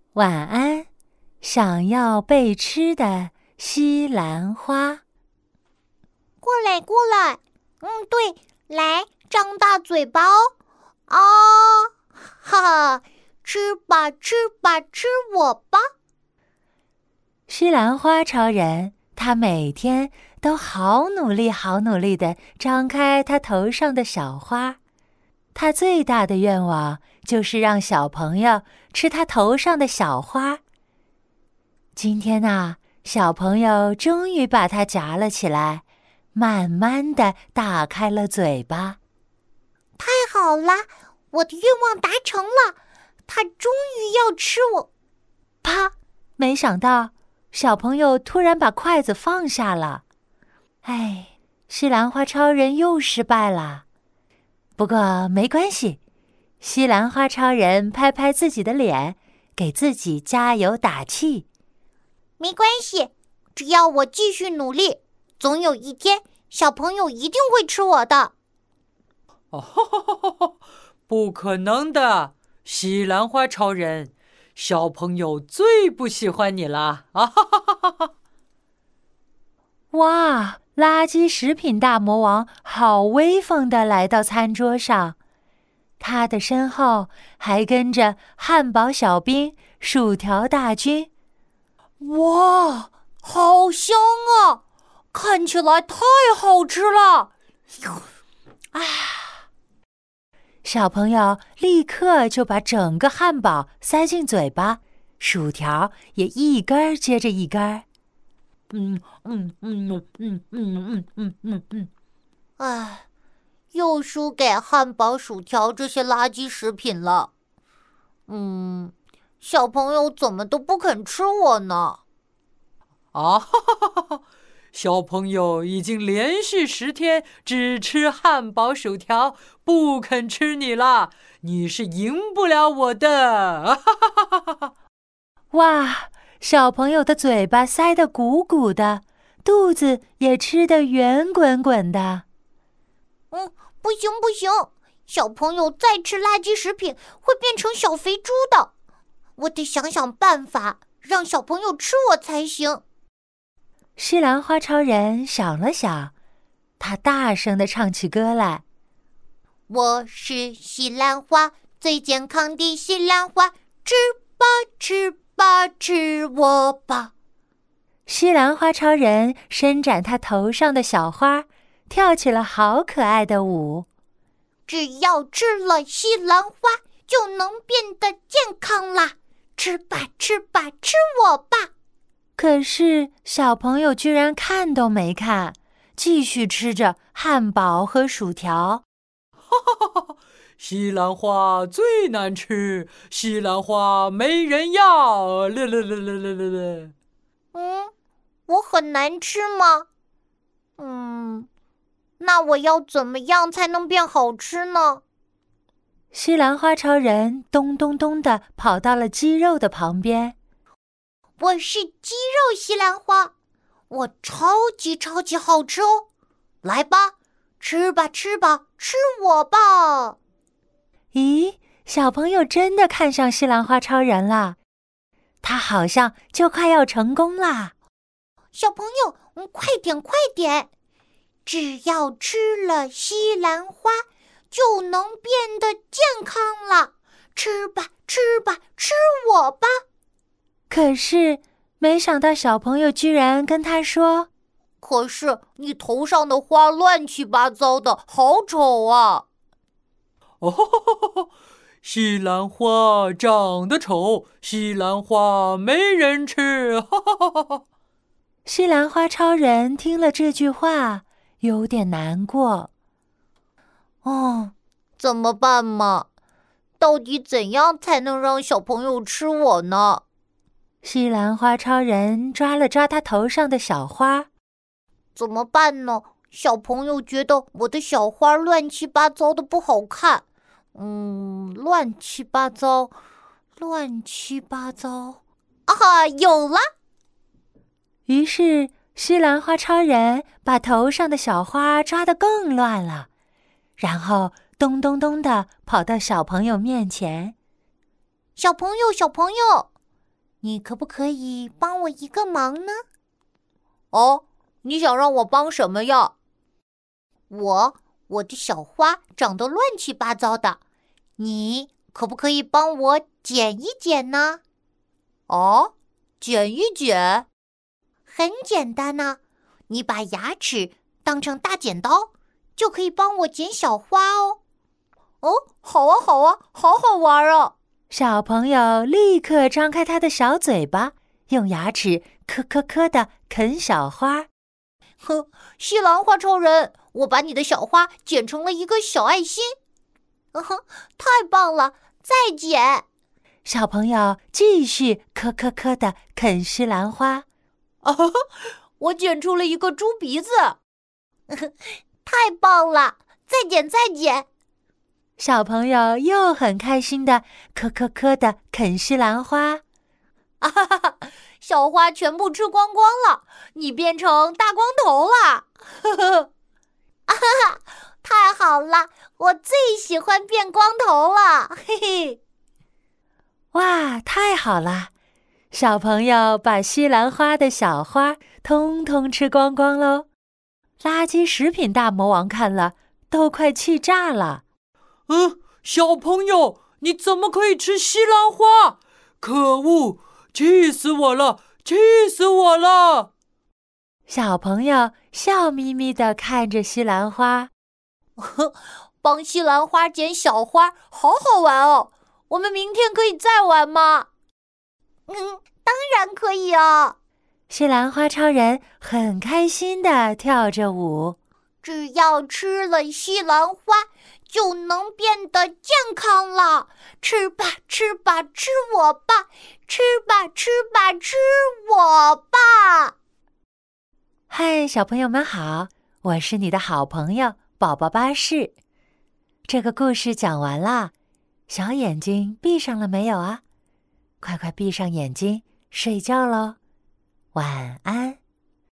晚安，想要被吃的西兰花。 过来，过来。对，来，张大嘴巴哦。哈哈，吃吧，吃吧，吃我吧。 西兰花超人，他每天都好努力地张开他头上的小花。他最大的愿望就是让小朋友吃他头上的小花。今天呢，小朋友终于把它夹了起来，慢慢地打开了嘴巴。 太好了，我的愿望达成了，他终于要吃我。 啪！没想到小朋友突然把筷子放下了。西兰花超人又失败了。不过没关系，西兰花超人拍拍自己的脸，给自己加油打气。 没关系，只要我继续努力，总有一天小朋友一定会吃我的。 不可能的，西兰花超人，小朋友最不喜欢你了。 哇，垃圾食品大魔王好威风地来到餐桌上，他的身后还跟着汉堡小兵、薯条大军。 哇，好香啊！看起来太好吃了。 小朋友立刻就把整个汉堡塞进嘴巴，薯条也一根接着一根。 又输给汉堡、薯条这些垃圾食品了。小朋友怎么都不肯吃我呢？ 小朋友已经连续10天只吃汉堡、薯条，不肯吃你了。你是赢不了我的。 哇，小朋友的嘴巴塞得鼓鼓的，肚子也吃得圆滚滚的。 不行不行，小朋友再吃垃圾食品会变成小肥猪的。我得想想办法，让小朋友吃我才行。 西兰花超人想了想，他大声地唱起歌来。 我是西兰花，最健康的西兰花，吃吧吃吧吃我吧。 西兰花超人伸展他头上的小花，跳起了好可爱的舞。 只要吃了西兰花，就能变得健康啦！吃吧吃吧吃我吧。 可是小朋友居然看都没看，继续吃着汉堡和薯条。 西兰花最难吃，西兰花没人要。 我很难吃吗？那我要怎么样才能变好吃呢？ 西兰花超人咚咚咚地跑到了鸡肉的旁边。 我是鸡肉西兰花，我超级超级好吃哦！来吧，吃吧吃吧吃我吧！ 咦，小朋友真的看上西兰花超人了，他好像就快要成功啦！ 小朋友，快点快点！只要吃了西兰花，就能变得健康了。吃吧吃吧吃我吧！ 可是没想到小朋友居然跟他说， 可是你头上的花乱七八糟的，好丑啊！ 西兰花长得丑，西兰花没人吃。 西兰花超人听了这句话，有点难过。 怎么办嘛？到底怎样才能让小朋友吃我呢？ 西兰花超人抓了抓他头上的小花。 怎么办呢？小朋友觉得我的小花乱七八糟的不好看。乱七八糟。有了！ 于是西兰花超人把头上的小花抓得更乱了，然后咚咚咚地跑到小朋友面前。 小朋友， 你可不可以帮我一个忙呢？ 哦，你想让我帮什么呀？ 我的小花长得乱七八糟的，你可不可以帮我剪一剪呢？ 哦，剪一剪？ 很简单呢，你把牙齿当成大剪刀，就可以帮我剪小花哦。 哦，好啊，好啊，好好玩啊！ 小朋友立刻张开他的小嘴巴，用牙齿磕磕磕地啃小花。 哼，西兰花超人，我把你的小花剪成了一个小爱心。太棒了，再剪。 小朋友继续磕磕磕地啃西兰花。 我剪出了一个猪鼻子。 太棒了，再剪再剪。 小朋友又很开心地磕磕磕地啃西兰花。 小花全部吃光光了，你变成大光头了。 太好了，我最喜欢变光头了。嘿嘿。 哇，太好了！小朋友把西兰花的小花通通吃光光喽。垃圾食品大魔王看了都快气炸了。 小朋友，你怎么可以吃西兰花？可恶，气死我了，气死我了！ 小朋友笑眯眯地看着西兰花。 帮西兰花剪小花，好好玩哦！我们明天可以再玩吗？ 当然可以哦。 西兰花超人很开心地跳着舞。 只要吃了西兰花，就能变得健康了。吃吧，吃吧，吃我吧！吃吧，吃吧，吃我吧！ 嗨，小朋友们好，我是你的好朋友宝宝巴士。这个故事讲完啦，小眼睛闭上了没有啊？快快闭上眼睛睡觉喽，晚安。